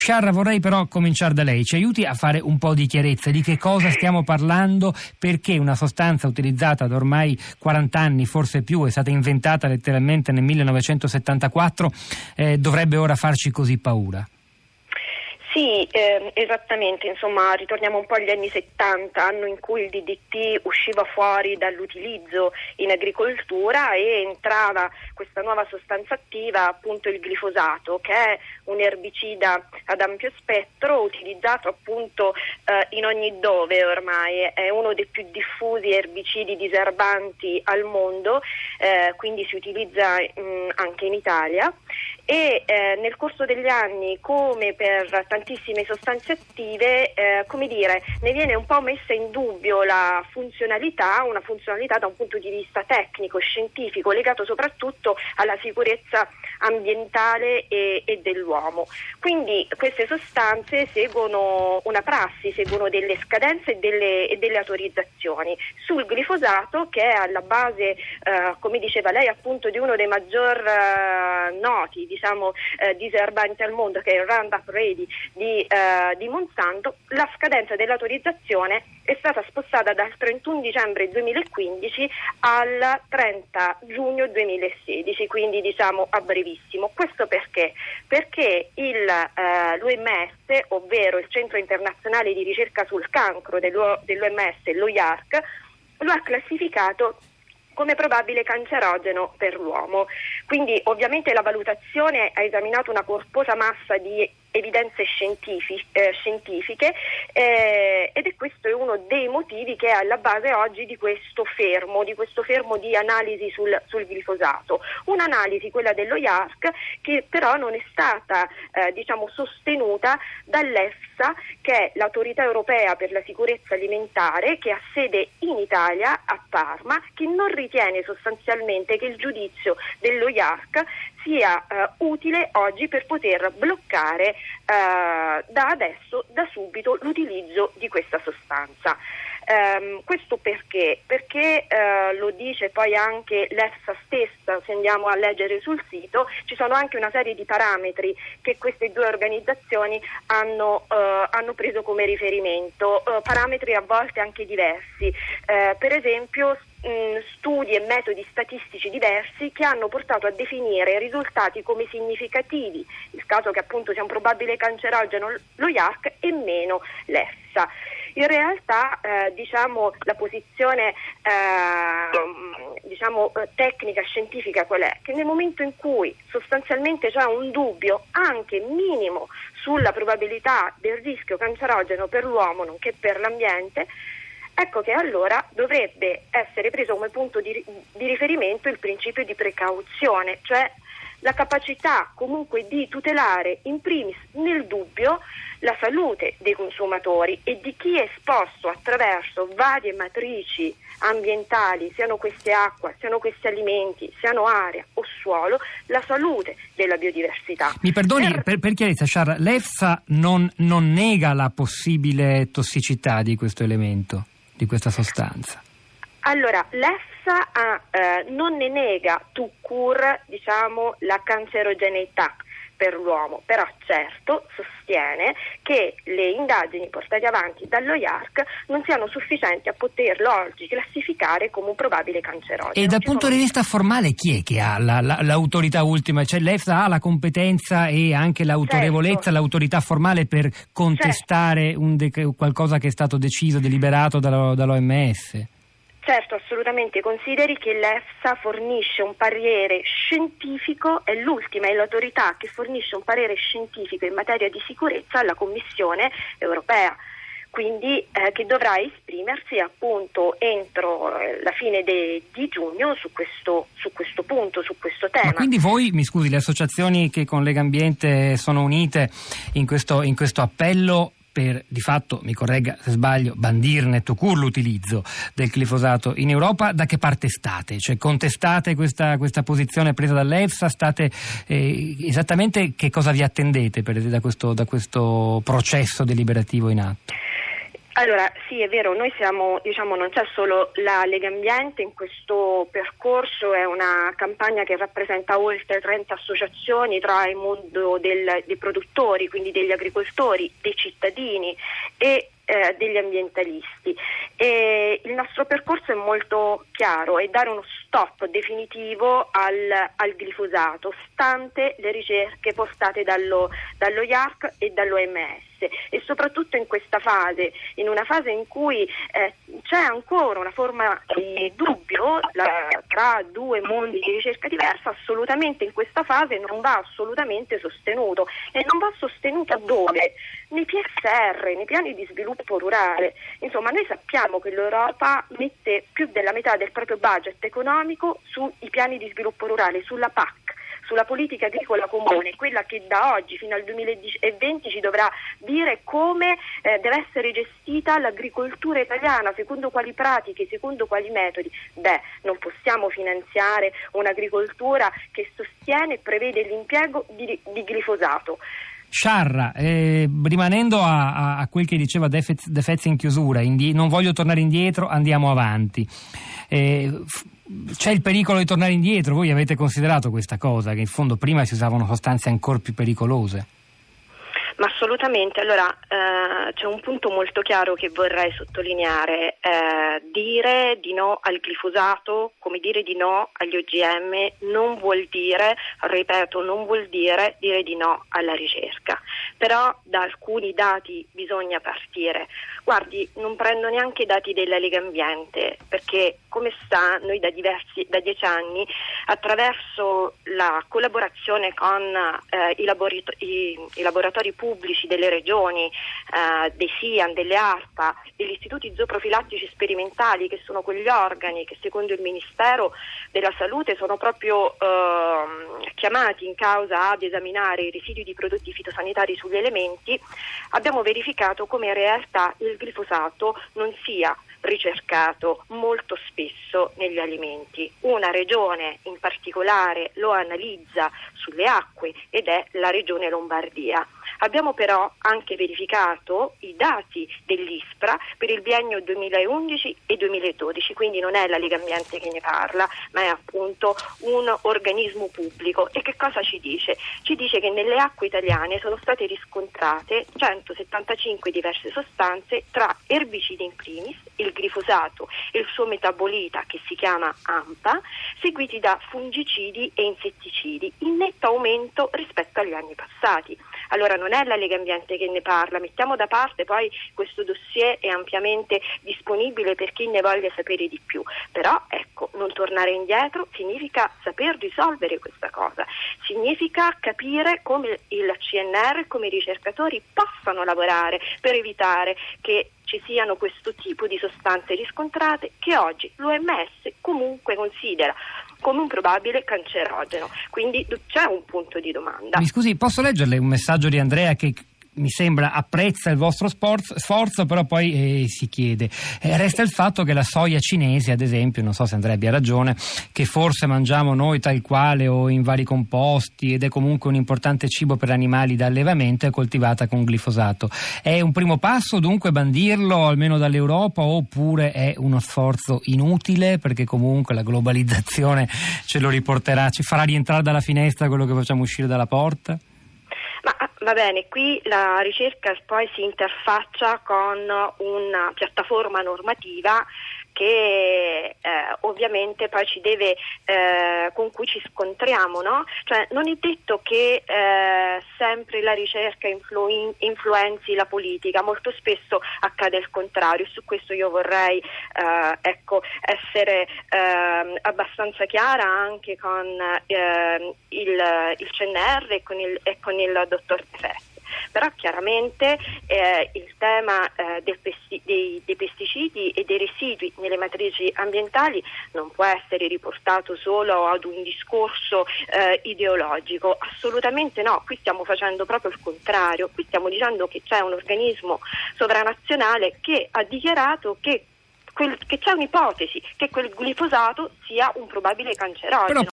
Sciarra, vorrei però cominciare da lei. Ci aiuti a fare un po' di chiarezza di che cosa stiamo parlando, perché una sostanza utilizzata da ormai 40 anni, forse più, è stata inventata letteralmente nel 1974, dovrebbe ora farci così paura. Sì, esattamente, insomma ritorniamo un po' agli anni 70, anno in cui il DDT usciva fuori dall'utilizzo in agricoltura e entrava questa nuova sostanza attiva, appunto il glifosato, che è un erbicida ad ampio spettro, utilizzato appunto in ogni dove ormai, è uno dei più diffusi erbicidi diserbanti al mondo, quindi si utilizza anche in Italia. E nel corso degli anni, come per tantissime sostanze attive, ne viene un po' messa in dubbio la funzionalità, una funzionalità da un punto di vista tecnico, scientifico, legato soprattutto alla sicurezza ambientale e dell'uomo. Quindi queste sostanze seguono una prassi, seguono delle scadenze e delle autorizzazioni. Sul glifosato, che è alla base, come diceva lei, appunto di uno dei maggior noti, diserbanti al mondo, che è il Roundup Ready di Monsanto, la scadenza dell'autorizzazione è stata spostata dal 31 dicembre 2015 al 30 giugno 2016, quindi a brevissimo. Questo perché? Perché l'OMS, ovvero il Centro Internazionale di Ricerca sul Cancro dell'OMS, lo IARC, lo ha classificato come probabile cancerogeno per l'uomo. Quindi ovviamente la valutazione ha esaminato una corposa massa di evidenze scientifiche ed è questo è uno dei motivi che è alla base oggi di questo fermo di analisi sul glifosato. Un'analisi, quella dello IARC, che però non è stata sostenuta dall'EFSA, che è l'autorità europea per la sicurezza alimentare, che ha sede in Italia, a Parma, che non ritiene sostanzialmente che il giudizio dello IARC sia utile oggi per poter bloccare da subito l'utilizzo di questa sostanza. Questo perché? Perché lo dice poi anche l'EFSA stessa, se andiamo a leggere sul sito, ci sono anche una serie di parametri che queste due organizzazioni hanno preso come riferimento, parametri a volte anche diversi, per esempio studi e metodi statistici diversi che hanno portato a definire risultati come significativi, il caso che appunto sia un probabile cancerogeno lo IARC, e meno l'EFSA. In realtà la posizione tecnica scientifica qual è? Che nel momento in cui sostanzialmente c'è un dubbio anche minimo sulla probabilità del rischio cancerogeno per l'uomo nonché per l'ambiente, ecco che allora dovrebbe essere preso come punto di riferimento il principio di precauzione, cioè la capacità comunque di tutelare in primis nel dubbio la salute dei consumatori e di chi è esposto attraverso varie matrici ambientali, siano queste acqua, siano questi alimenti, siano aria o suolo, la salute della biodiversità. Mi perdoni, per chiarezza, Sciarra, l'EFSA non nega la possibile tossicità di questo elemento, di questa sostanza? Allora, l'EFSA non ne nega tout court, la cancerogeneità per l'uomo, però certo sostiene che le indagini portate avanti dallo IARC non siano sufficienti a poterlo oggi classificare come un probabile cancerogeno. E dal punto di vista formale chi è che ha l'autorità ultima? Cioè l'EFSA ha la competenza e anche l'autorevolezza, certo, l'autorità formale per contestare qualcosa che è stato deciso, deliberato dall'OMS? Certo, assolutamente. Consideri che l'EFSA fornisce un parere scientifico, è l'ultima, è l'autorità che fornisce un parere scientifico in materia di sicurezza alla Commissione europea, quindi che dovrà esprimersi appunto entro la fine di giugno su questo punto, su questo tema. Ma quindi voi, mi scusi, le associazioni che con Legambiente sono unite in questo appello per, di fatto, mi corregga se sbaglio, bandirne tout court l'utilizzo del glifosato in Europa, da che parte state? Cioè contestate questa posizione presa dall'EFSA? Esattamente che cosa vi attendete da questo processo deliberativo in atto? Allora, sì, è vero, noi siamo, non c'è solo la Legambiente in questo percorso, è una campagna che rappresenta oltre 30 associazioni tra il mondo dei produttori, quindi degli agricoltori, dei cittadini e degli ambientalisti. E il nostro percorso è molto chiaro, è dare uno stop definitivo al glifosato, stante le ricerche postate dallo IARC e dall'OMS, e soprattutto in questa fase, in una fase in cui c'è ancora una forma di dubbio tra due mondi di ricerca diversa. Assolutamente in questa fase non va assolutamente sostenuto, e non va sostenuto dove? Nei PSR, nei piani di sviluppo rurale. Insomma, noi sappiamo che l'Europa mette più della metà del proprio budget economico sui piani di sviluppo rurale, sulla PAC, sulla politica agricola comune, quella che da oggi fino al 2020 ci dovrà dire come deve essere gestita l'agricoltura italiana, secondo quali pratiche, secondo quali metodi. Non possiamo finanziare un'agricoltura che sostiene e prevede l'impiego di glifosato. Sciarra, rimanendo a quel che diceva De Fez in chiusura, non voglio tornare indietro, andiamo avanti. C'è il pericolo di tornare indietro? Voi avete considerato questa cosa, che in fondo prima si usavano sostanze ancora più pericolose? Ma assolutamente. Allora, c'è un punto molto chiaro che vorrei sottolineare. Dire di no al glifosato, come dire di no agli OGM, non vuol dire, ripeto, non vuol dire di no alla ricerca. Però da alcuni dati bisogna partire. Guardi, non prendo neanche i dati della Legambiente, perché come sa, noi da 10 anni, attraverso la collaborazione con i laboratori pubblici delle regioni, dei SIAN, delle ARPA, degli istituti zooprofilattici sperimentali, che sono quegli organi che secondo il Ministero della Salute sono proprio chiamati in causa ad esaminare i residui di prodotti fitosanitari sugli elementi, abbiamo verificato come in realtà il glifosato non sia ricercato molto spesso negli alimenti. Una regione in particolare lo analizza sulle acque ed è la regione Lombardia. Abbiamo però anche verificato i dati dell'ISPRA per il biennio 2011 e 2012, quindi non è la Legambiente che ne parla, ma è appunto un organismo pubblico. E che cosa ci dice? Ci dice che nelle acque italiane sono state riscontrate 175 diverse sostanze, tra erbicidi in primis, il glifosato e il suo metabolita che si chiama AMPA, seguiti da fungicidi e insetticidi, in netto aumento rispetto agli anni passati. Allora non è la Legambiente che ne parla, mettiamo da parte, poi questo dossier è ampiamente disponibile per chi ne voglia sapere di più, però ecco, non tornare indietro significa saper risolvere questa cosa, significa capire come il CNR, come i ricercatori possano lavorare per evitare che ci siano questo tipo di sostanze riscontrate che oggi l'OMS comunque considera come un probabile cancerogeno. Quindi c'è un punto di domanda. Mi scusi, posso leggerle un messaggio di Andrea che mi sembra apprezza il vostro sforzo, però poi si chiede. Resta il fatto che la soia cinese, ad esempio, non so se Andrea abbia ragione, che forse mangiamo noi tal quale o in vari composti ed è comunque un importante cibo per animali da allevamento, è coltivata con glifosato. È un primo passo dunque bandirlo almeno dall'Europa, oppure è uno sforzo inutile perché comunque la globalizzazione ce lo riporterà, ci farà rientrare dalla finestra quello che facciamo uscire dalla porta? Ma va bene, qui la ricerca poi si interfaccia con una piattaforma normativa che ovviamente poi ci deve con cui ci scontriamo, no? Cioè non è detto che sempre la ricerca influenzi la politica, molto spesso accade il contrario. Su questo io vorrei essere abbastanza chiara anche con il CNR e con il dottor De Fez. Però chiaramente il tema dei pesticidi e dei residui nelle matrici ambientali non può essere riportato solo ad un discorso ideologico, assolutamente no. Qui stiamo facendo proprio il contrario, qui stiamo dicendo che c'è un organismo sovranazionale che ha dichiarato che c'è un'ipotesi che quel glifosato sia un probabile cancerogeno. Però